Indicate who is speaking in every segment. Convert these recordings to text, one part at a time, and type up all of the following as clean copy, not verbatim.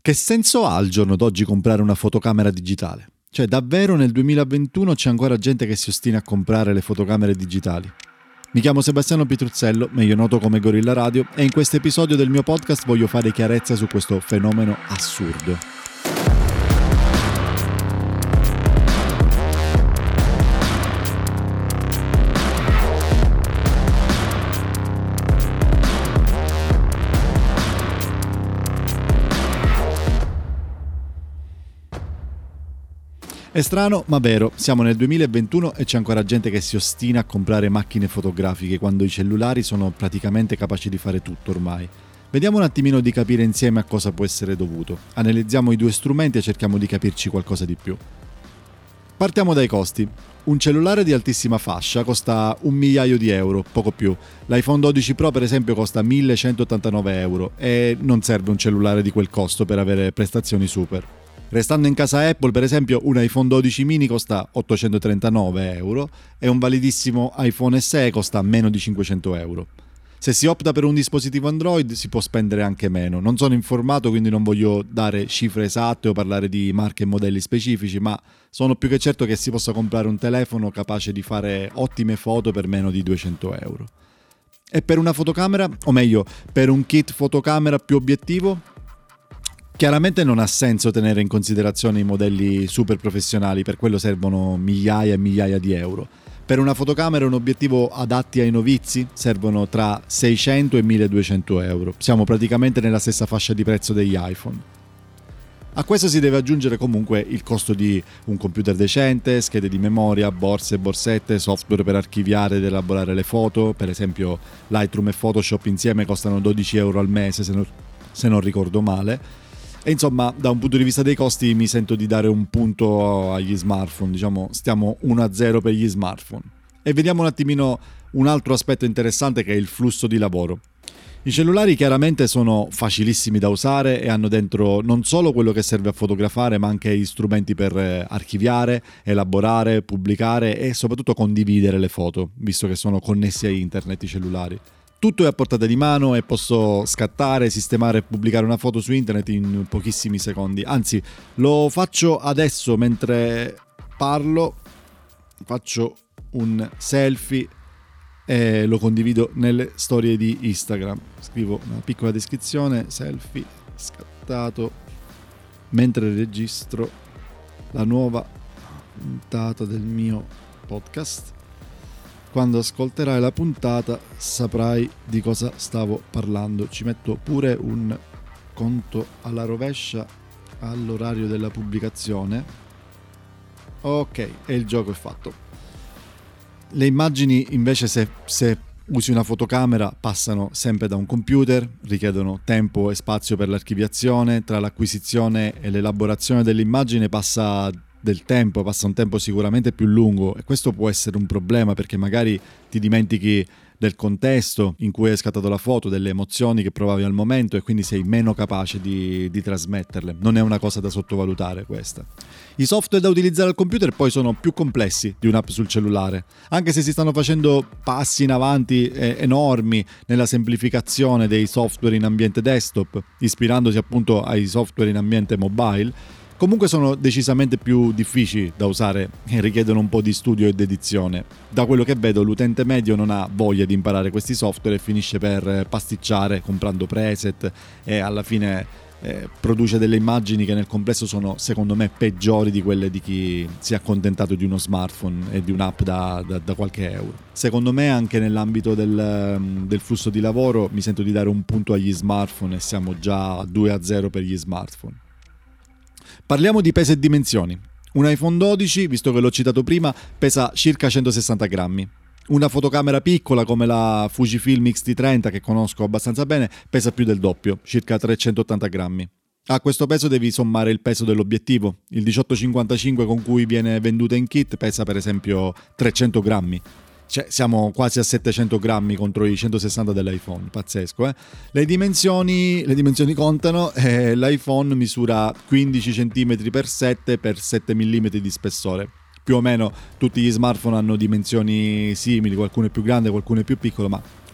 Speaker 1: Che senso ha al giorno d'oggi comprare una fotocamera digitale? Cioè, davvero nel 2021 c'è ancora gente che si ostina a comprare le fotocamere digitali? Mi chiamo Sebastiano Pitruzzello, meglio noto come Gorilla Radio, e in questo episodio del mio podcast voglio fare chiarezza su questo fenomeno assurdo. È strano, ma vero, siamo nel 2021 e c'è ancora gente che si ostina a comprare macchine fotografiche quando i cellulari sono praticamente capaci di fare tutto ormai. Vediamo un attimino di capire insieme a cosa può essere dovuto. Analizziamo i due strumenti e cerchiamo di capirci qualcosa di più. Partiamo dai costi. Un cellulare di altissima fascia costa €1.000.000, poco più. L'iPhone 12 Pro per esempio costa €1.189 e non serve un cellulare di quel costo per avere prestazioni super. Restando in casa Apple, per esempio, un iPhone 12 mini costa €839 e un validissimo iPhone SE costa meno di €500. Se si opta per un dispositivo Android si può spendere anche meno. Non sono informato, quindi non voglio dare cifre esatte o parlare di marche e modelli specifici, ma sono più che certo che si possa comprare un telefono capace di fare ottime foto per meno di €200. E per una fotocamera, o meglio, per un kit fotocamera più obiettivo? Chiaramente non ha senso tenere in considerazione i modelli super professionali, per quello servono migliaia e migliaia di euro. Per una fotocamera e un obiettivo adatti ai novizi servono tra €600 e €1.200. Siamo praticamente nella stessa fascia di prezzo degli iPhone. A questo si deve aggiungere comunque il costo di un computer decente, schede di memoria, borse e borsette, software per archiviare ed elaborare le foto. Per esempio Lightroom e Photoshop insieme costano €12 al mese se non ricordo male. E insomma, da un punto di vista dei costi mi sento di dare un punto agli smartphone, diciamo stiamo 1-0 per gli smartphone. E vediamo un attimino un altro aspetto interessante che è il flusso di lavoro. I cellulari chiaramente sono facilissimi da usare e hanno dentro non solo quello che serve a fotografare, ma anche gli strumenti per archiviare, elaborare, pubblicare e soprattutto condividere le foto, visto che sono connessi a internet i cellulari. Tutto è a portata di mano e posso scattare, sistemare e pubblicare una foto su internet in pochissimi secondi. Anzi, lo faccio adesso mentre parlo, faccio un selfie e lo condivido nelle storie di Instagram. Scrivo una piccola descrizione, selfie scattato mentre registro la nuova puntata del mio podcast. Quando ascolterai la puntata saprai di cosa stavo parlando. Ci metto pure un conto alla rovescia all'orario della pubblicazione. Ok, e il gioco è fatto. Le immagini invece se usi una fotocamera passano sempre da un computer, richiedono tempo e spazio per l'archiviazione. Tra l'acquisizione e l'elaborazione dell'immagine passa un tempo sicuramente più lungo e questo può essere un problema perché magari ti dimentichi del contesto in cui hai scattato la foto, delle emozioni che provavi al momento e quindi sei meno capace di trasmetterle. Non è una cosa da sottovalutare questa. I software da utilizzare al computer poi sono più complessi di un'app sul cellulare, anche se si stanno facendo passi in avanti enormi nella semplificazione dei software in ambiente desktop, ispirandosi appunto ai software in ambiente mobile. Comunque sono decisamente più difficili da usare e richiedono un po' di studio ed edizione. Da quello che vedo l'utente medio non ha voglia di imparare questi software e finisce per pasticciare comprando preset e alla fine produce delle immagini che nel complesso sono secondo me peggiori di quelle di chi si è accontentato di uno smartphone e di un'app da qualche euro. Secondo me anche nell'ambito del flusso di lavoro mi sento di dare un punto agli smartphone e siamo già 2-0 per gli smartphone. Parliamo di peso e dimensioni. Un iPhone 12, visto che l'ho citato prima, pesa circa 160 grammi. Una fotocamera piccola come la Fujifilm X-T30, che conosco abbastanza bene, pesa più del doppio, circa 380 grammi. A questo peso devi sommare il peso dell'obiettivo. Il 18-55 con cui viene venduta in kit pesa per esempio 300 grammi. Cioè, siamo quasi a 700 grammi contro i 160 dell'iPhone, pazzesco, eh? Le dimensioni contano, l'iPhone misura 15 cm per 7 per 7 mm di spessore. Più o meno tutti gli smartphone hanno dimensioni simili, qualcuno è più grande, qualcuno è più piccolo, ma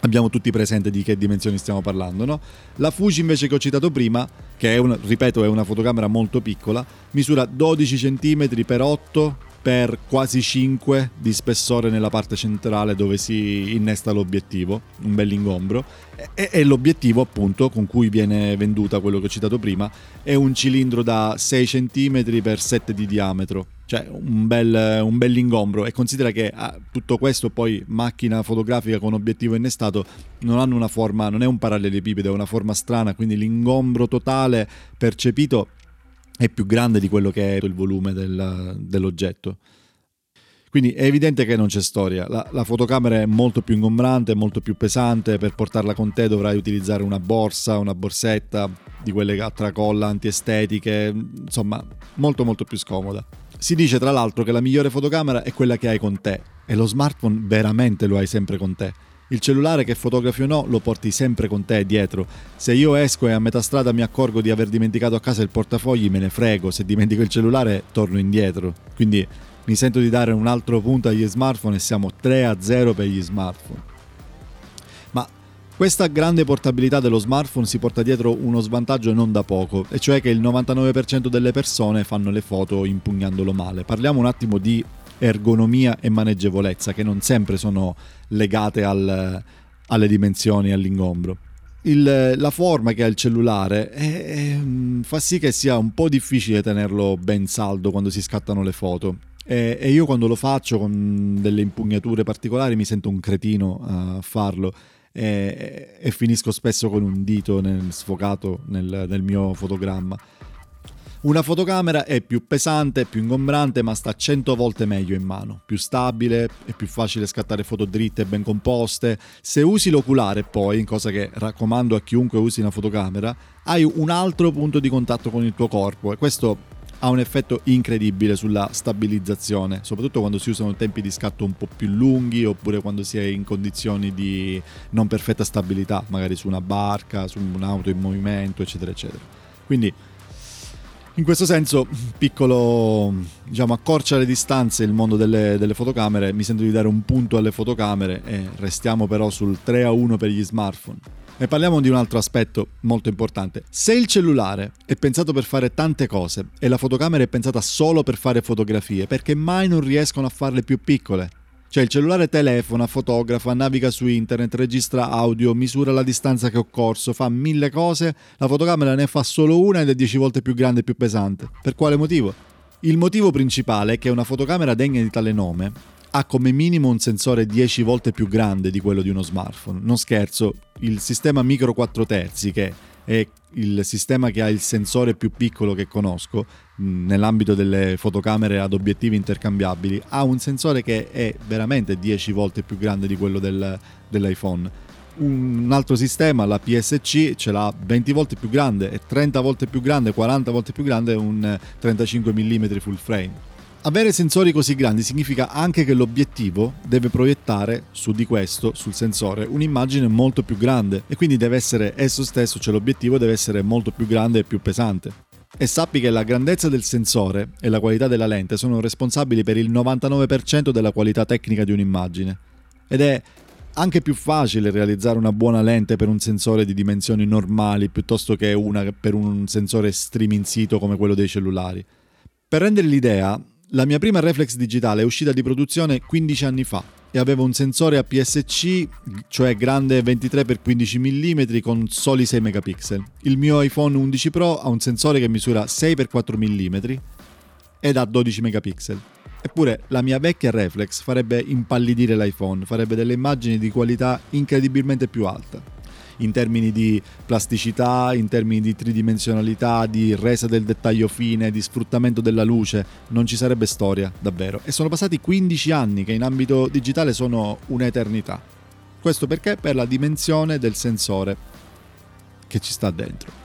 Speaker 1: abbiamo tutti presente di che dimensioni stiamo parlando, no? La Fuji invece che ho citato prima, che è ripeto, è una fotocamera molto piccola, misura 12 cm per 8 per quasi 5 di spessore nella parte centrale dove si innesta l'obiettivo, un bel ingombro, e l'obiettivo appunto con cui viene venduta, quello che ho citato prima, è un cilindro da 6 cm per 7 di diametro, cioè un bel ingombro, e considera che tutto questo poi macchina fotografica con obiettivo innestato non hanno una forma, non è un parallelepipedo, è una forma strana, quindi l'ingombro totale percepito è più grande di quello che è il volume dell'oggetto. Quindi è evidente che non c'è storia. La fotocamera è molto più ingombrante, molto più pesante. Per portarla con te dovrai utilizzare una borsa, una borsetta di quelle a tracolla antiestetiche, insomma molto molto più scomoda. Si dice tra l'altro che la migliore fotocamera è quella che hai con te, e lo smartphone veramente lo hai sempre con te. Il cellulare, che fotografi o no, lo porti sempre con te dietro. Se io esco e a metà strada mi accorgo di aver dimenticato a casa il portafogli, me ne frego. Se dimentico il cellulare torno indietro. Quindi mi sento di dare un altro punto agli smartphone e siamo 3-0 per gli smartphone. Ma questa grande portabilità dello smartphone si porta dietro uno svantaggio non da poco, e cioè che il 99% delle persone fanno le foto impugnandolo male. Parliamo un attimo di ergonomia e maneggevolezza, che non sempre sono legate alle dimensioni e all'ingombro. La forma che ha il cellulare fa sì che sia un po' difficile tenerlo ben saldo quando si scattano le foto, e io quando lo faccio con delle impugnature particolari mi sento un cretino a farlo, e finisco spesso con un dito sfocato nel mio fotogramma. Una fotocamera è più pesante, più ingombrante, ma sta 100 volte meglio in mano, più stabile, è più facile scattare foto dritte e ben composte. Se usi l'oculare poi, cosa che raccomando a chiunque usi una fotocamera, hai un altro punto di contatto con il tuo corpo, e questo ha un effetto incredibile sulla stabilizzazione, soprattutto quando si usano tempi di scatto un po' più lunghi, oppure quando si è in condizioni di non perfetta stabilità, magari su una barca, su un'auto in movimento, eccetera eccetera. Quindi in questo senso, piccolo, accorcia le distanze il mondo delle fotocamere. Mi sento di dare un punto alle fotocamere, e restiamo però sul 3-1 per gli smartphone. E parliamo di un altro aspetto molto importante. Se il cellulare è pensato per fare tante cose e la fotocamera è pensata solo per fare fotografie, perché mai non riescono a farle più piccole? Cioè il cellulare telefona, fotografa, naviga su internet, registra audio, misura la distanza che ho corso, fa 1000 cose, la fotocamera ne fa solo una ed è 10 volte più grande e più pesante. Per quale motivo? Il motivo principale è che una fotocamera degna di tale nome ha come minimo un sensore 10 volte più grande di quello di uno smartphone. Non scherzo, il sistema micro 4 terzi, che è il sistema che ha il sensore più piccolo che conosco nell'ambito delle fotocamere ad obiettivi intercambiabili, ha un sensore che è veramente 10 volte più grande di quello dell'iPhone. Un altro sistema, la PSC, ce l'ha 20 volte più grande, e 30 volte più grande, 40 volte più grande un 35 mm full frame. Avere sensori così grandi significa anche che l'obiettivo deve proiettare su di questo, sul sensore, un'immagine molto più grande, e quindi deve essere esso stesso, cioè l'obiettivo deve essere molto più grande e più pesante. E sappi che la grandezza del sensore e la qualità della lente sono responsabili per il 99% della qualità tecnica di un'immagine. Ed è anche più facile realizzare una buona lente per un sensore di dimensioni normali piuttosto che una per un sensore striminzito come quello dei cellulari. Per rendere l'idea, la mia prima reflex digitale è uscita di produzione 15 anni fa e aveva un sensore APS-C, cioè grande 23x15 mm con soli 6 megapixel. Il mio iPhone 11 Pro ha un sensore che misura 6x4 mm ed ha 12 megapixel. Eppure la mia vecchia reflex farebbe impallidire l'iPhone, farebbe delle immagini di qualità incredibilmente più alta. In termini di plasticità, in termini di tridimensionalità, di resa del dettaglio fine, di sfruttamento della luce, non ci sarebbe storia, davvero. E sono passati 15 anni, che in ambito digitale sono un'eternità. Questo perché? Per la dimensione del sensore che ci sta dentro.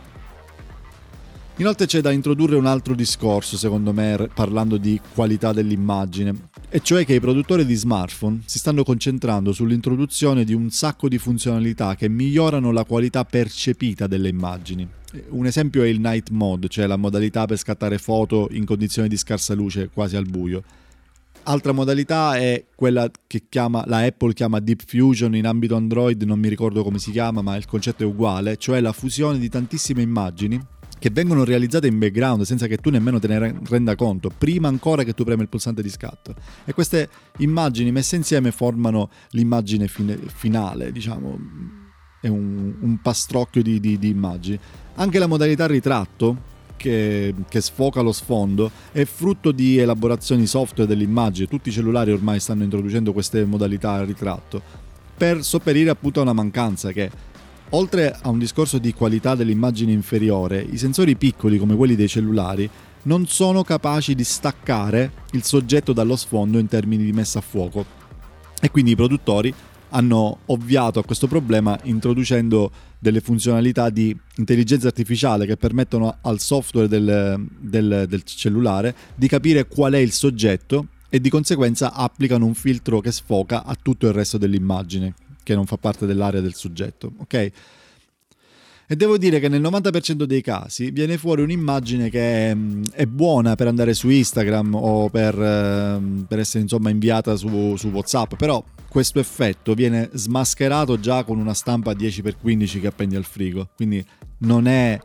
Speaker 1: Inoltre c'è da introdurre un altro discorso, secondo me, parlando di qualità dell'immagine, e cioè che i produttori di smartphone si stanno concentrando sull'introduzione di un sacco di funzionalità che migliorano la qualità percepita delle immagini. Un esempio è il night mode, cioè la modalità per scattare foto in condizioni di scarsa luce, quasi al buio. Altra modalità è quella che la Apple chiama Deep Fusion, in ambito Android non mi ricordo come si chiama, ma il concetto è uguale, cioè la fusione di tantissime immagini che vengono realizzate in background senza che tu nemmeno te ne renda conto, prima ancora che tu premi il pulsante di scatto. E queste immagini messe insieme formano l'immagine finale, diciamo, è un pastrocchio di immagini. Anche la modalità ritratto, che sfoca lo sfondo, è frutto di elaborazioni software dell'immagine. Tutti i cellulari ormai stanno introducendo queste modalità a ritratto per sopperire appunto a una mancanza che, oltre a un discorso di qualità dell'immagine inferiore, i sensori piccoli come quelli dei cellulari non sono capaci di staccare il soggetto dallo sfondo in termini di messa a fuoco, e quindi i produttori hanno ovviato a questo problema introducendo delle funzionalità di intelligenza artificiale che permettono al software del cellulare di capire qual è il soggetto e di conseguenza applicano un filtro che sfoca a tutto il resto dell'immagine che non fa parte dell'area del soggetto, ok? E devo dire che nel 90% dei casi viene fuori un'immagine che è buona per andare su Instagram o per essere insomma inviata su WhatsApp, però questo effetto viene smascherato già con una stampa 10x15 che appendi al frigo, quindi non è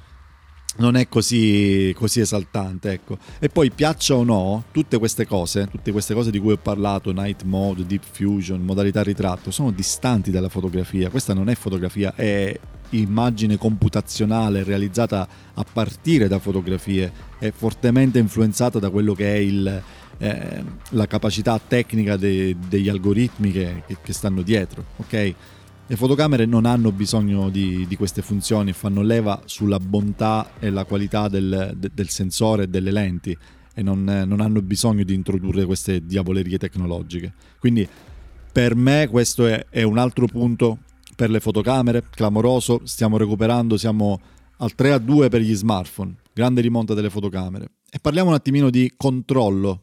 Speaker 1: così esaltante, ecco. E poi, piaccia o no, tutte queste cose di cui ho parlato, night mode, deep fusion, modalità ritratto, sono distanti dalla fotografia. Questa non è fotografia, è immagine computazionale realizzata a partire da fotografie, è fortemente influenzata da quello che è la capacità tecnica degli algoritmi che stanno dietro, ok? Le fotocamere non hanno bisogno di queste funzioni, fanno leva sulla bontà e la qualità del sensore e delle lenti, e non hanno bisogno di introdurre queste diavolerie tecnologiche. Quindi per me questo è un altro punto per le fotocamere, clamoroso. Stiamo recuperando, siamo al 3-2 per gli smartphone, grande rimonta delle fotocamere. E parliamo un attimino di controllo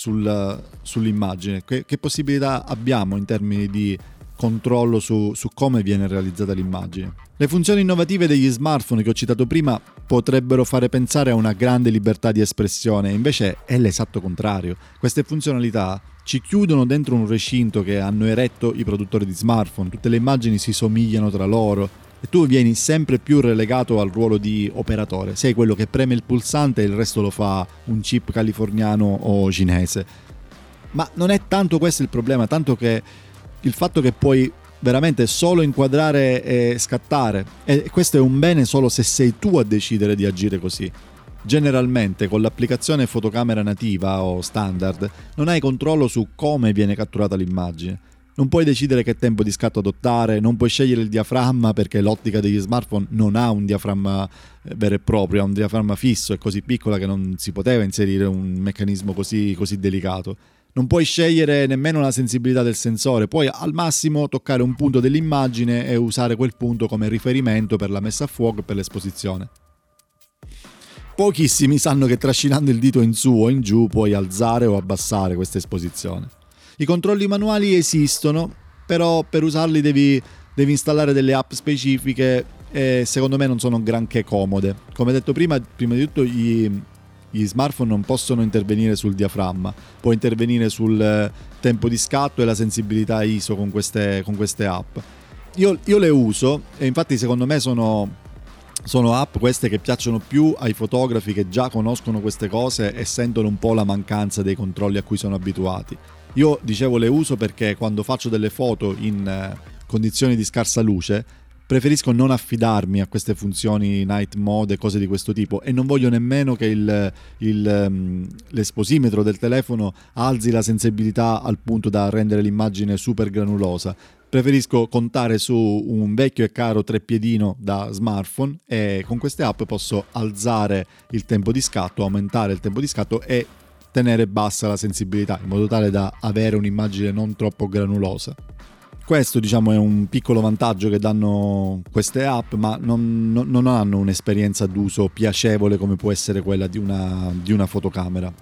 Speaker 1: sull'immagine. Che possibilità abbiamo in termini di controllo su come viene realizzata l'immagine? Le funzioni innovative degli smartphone che ho citato prima potrebbero fare pensare a una grande libertà di espressione, invece è l'esatto contrario. Queste funzionalità ci chiudono dentro un recinto che hanno eretto i produttori di smartphone, tutte le immagini si somigliano tra loro e tu vieni sempre più relegato al ruolo di operatore, sei quello che preme il pulsante e il resto lo fa un chip californiano o cinese. Ma non è tanto questo il problema, tanto che il fatto che puoi veramente solo inquadrare e scattare, e questo è un bene solo se sei tu a decidere di agire così. Generalmente con l'applicazione fotocamera nativa o standard non hai controllo su come viene catturata l'immagine. Non puoi decidere che tempo di scatto adottare, non puoi scegliere il diaframma perché l'ottica degli smartphone non ha un diaframma vero e proprio, ha un diaframma fisso, è così piccola che non si poteva inserire un meccanismo così delicato. Non puoi scegliere nemmeno la sensibilità del sensore, puoi al massimo toccare un punto dell'immagine e usare quel punto come riferimento per la messa a fuoco e per l'esposizione. Pochissimi sanno che trascinando il dito in su o in giù puoi alzare o abbassare questa esposizione. I controlli manuali esistono, però per usarli devi installare delle app specifiche e secondo me non sono granché comode. Come detto prima di tutto gli smartphone non possono intervenire sul diaframma, può intervenire sul tempo di scatto e la sensibilità ISO con queste app. Io le uso e infatti secondo me sono app queste che piacciono più ai fotografi che già conoscono queste cose e sentono un po' la mancanza dei controlli a cui sono abituati. Io dicevo le uso perché quando faccio delle foto in condizioni di scarsa luce preferisco non affidarmi a queste funzioni night mode e cose di questo tipo, e non voglio nemmeno che l'esposimetro del telefono alzi la sensibilità al punto da rendere l'immagine super granulosa. Preferisco contare su un vecchio e caro treppiedino da smartphone e con queste app posso alzare il tempo di scatto, aumentare il tempo di scatto e tenere bassa la sensibilità in modo tale da avere un'immagine non troppo granulosa. Questo diciamo è un piccolo vantaggio che danno queste app, ma non hanno un'esperienza d'uso piacevole come può essere quella di una fotocamera.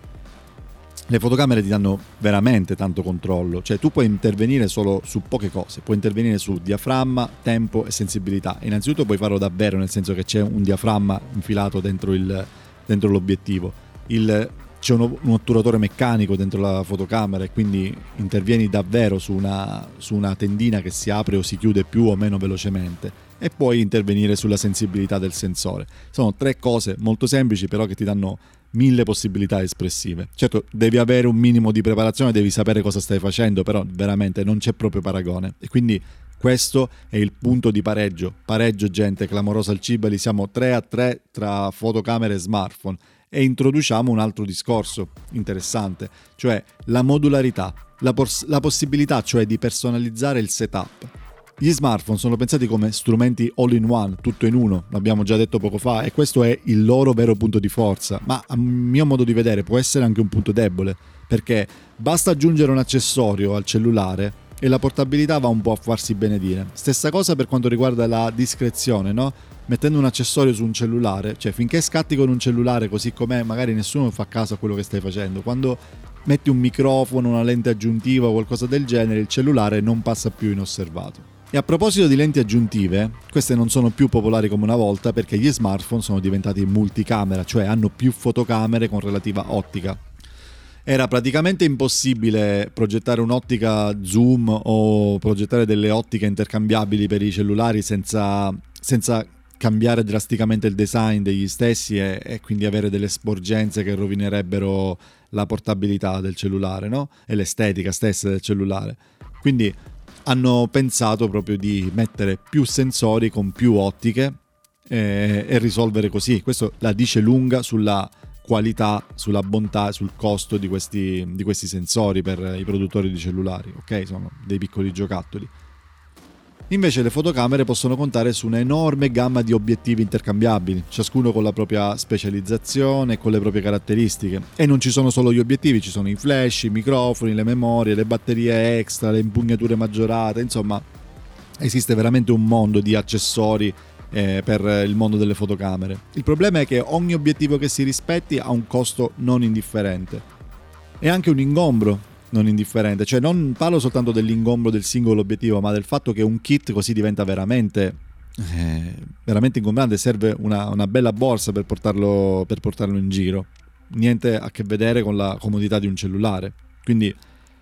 Speaker 1: Le fotocamere ti danno veramente tanto controllo, cioè tu puoi intervenire solo su poche cose, puoi intervenire su diaframma, tempo e sensibilità. Innanzitutto puoi farlo davvero, nel senso che c'è un diaframma infilato dentro l'obiettivo. c'è un otturatore meccanico dentro la fotocamera e quindi intervieni davvero su una tendina che si apre o si chiude più o meno velocemente, e puoi intervenire sulla sensibilità del sensore. Sono 3 cose molto semplici, però che ti danno 1000 possibilità espressive. Certo, devi avere un minimo di preparazione, devi sapere cosa stai facendo, però veramente non c'è proprio paragone. E quindi questo è il punto di pareggio, gente, clamorosa al Cibali, siamo 3-3 tra fotocamere e smartphone. E introduciamo un altro discorso interessante, cioè la modularità, la possibilità cioè di personalizzare il setup. Gli smartphone sono pensati come strumenti all-in-one, tutto in uno, l'abbiamo già detto poco fa, e questo è il loro vero punto di forza, ma a mio modo di vedere può essere anche un punto debole, perché basta aggiungere un accessorio al cellulare e la portabilità va un po' a farsi benedire. Stessa cosa per quanto riguarda la discrezione, no? Mettendo un accessorio su un cellulare, cioè finché scatti con un cellulare così com'è, magari nessuno fa caso a quello che stai facendo. Quando metti un microfono, una lente aggiuntiva o qualcosa del genere, il cellulare non passa più inosservato. E a proposito di lenti aggiuntive, queste non sono più popolari come una volta perché gli smartphone sono diventati multicamera, cioè hanno più fotocamere con relativa ottica. Era praticamente impossibile progettare un'ottica zoom o progettare delle ottiche intercambiabili per i cellulari senza cambiare drasticamente il design degli stessi e quindi avere delle sporgenze che rovinerebbero la portabilità del cellulare, no? E l'estetica stessa del cellulare. Quindi hanno pensato proprio di mettere più sensori con più ottiche e risolvere così. Questo la dice lunga sulla qualità, sulla bontà, sul costo di questi sensori per i produttori di cellulari, ok? Sono dei piccoli giocattoli. Invece le fotocamere possono contare su un'enorme gamma di obiettivi intercambiabili, ciascuno con la propria specializzazione e con le proprie caratteristiche. E non ci sono solo gli obiettivi, ci sono i flash, i microfoni, le memorie, le batterie extra, le impugnature maggiorate, insomma esiste veramente un mondo di accessori per il mondo delle fotocamere. Il problema è che ogni obiettivo che si rispetti ha un costo non indifferente e anche un ingombro non indifferente, cioè non parlo soltanto dell'ingombro del singolo obiettivo, ma del fatto che un kit così diventa veramente ingombrante. Serve una bella borsa per portarlo in giro, niente a che vedere con la comodità di un cellulare. Quindi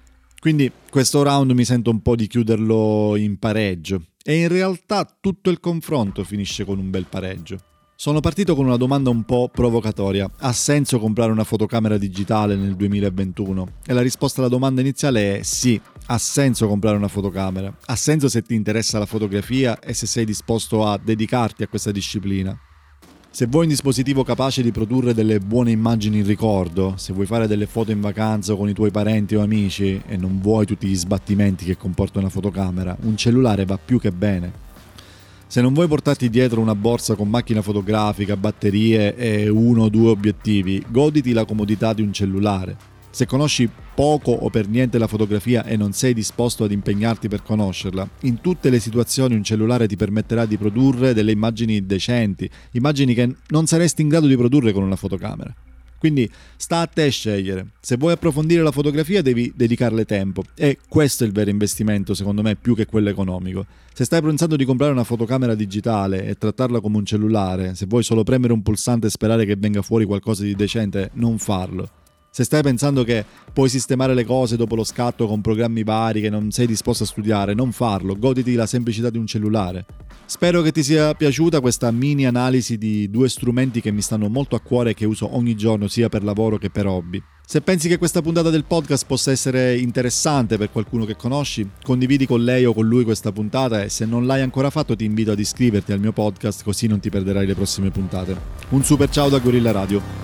Speaker 1: questo round mi sento un po' di chiuderlo in pareggio, e in realtà tutto il confronto finisce con un bel pareggio. Sono partito con una domanda un po' provocatoria: ha senso comprare una fotocamera digitale nel 2021? E la risposta alla domanda iniziale è sì, ha senso comprare una fotocamera. Ha senso se ti interessa la fotografia e se sei disposto a dedicarti a questa disciplina. Se vuoi un dispositivo capace di produrre delle buone immagini in ricordo, se vuoi fare delle foto in vacanza con i tuoi parenti o amici e non vuoi tutti gli sbattimenti che comporta una fotocamera, un cellulare va più che bene. Se non vuoi portarti dietro una borsa con macchina fotografica, batterie e 1 o 2 obiettivi, goditi la comodità di un cellulare. Se conosci poco o per niente la fotografia e non sei disposto ad impegnarti per conoscerla, in tutte le situazioni un cellulare ti permetterà di produrre delle immagini decenti, immagini che non saresti in grado di produrre con una fotocamera. Quindi sta a te scegliere. Se vuoi approfondire la fotografia devi dedicarle tempo, e questo è il vero investimento secondo me, più che quello economico. Se stai pensando di comprare una fotocamera digitale e trattarla come un cellulare, se vuoi solo premere un pulsante e sperare che venga fuori qualcosa di decente, non farlo. Se stai pensando che puoi sistemare le cose dopo lo scatto con programmi vari che non sei disposto a studiare, non farlo, goditi la semplicità di un cellulare. Spero che ti sia piaciuta questa mini analisi di 2 strumenti che mi stanno molto a cuore e che uso ogni giorno sia per lavoro che per hobby. Se pensi che questa puntata del podcast possa essere interessante per qualcuno che conosci, condividi con lei o con lui questa puntata, e se non l'hai ancora fatto ti invito ad iscriverti al mio podcast, così non ti perderai le prossime puntate. Un super ciao da Gorilla Radio.